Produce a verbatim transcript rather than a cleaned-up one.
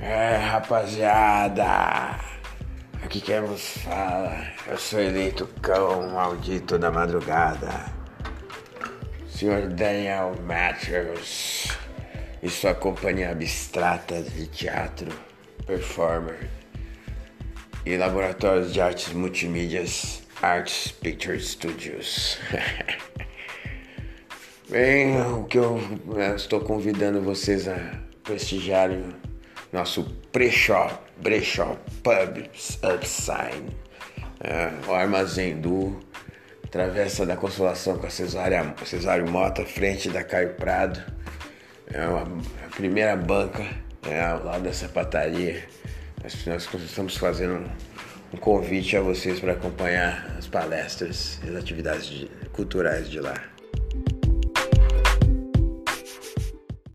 É, rapaziada, aqui quem vos fala, eu sou eleito cão maldito da madrugada, senhor Daniel Matthews e sua companhia abstrata de teatro, performer e laboratórios de artes multimídias, Arts Picture Studios. Bem, o que eu, eu estou convidando vocês a prestigiarem nosso brechó, brechó Pub Upsign, é, o Armazém do Travessa da Consolação com a Cesária, Cesário Mota, frente da Caio Prado. É uma, a primeira banca, é, ao lado da sapataria. Nós, nós estamos fazendo um, um convite a vocês para acompanhar as palestras e as atividades de, culturais de lá.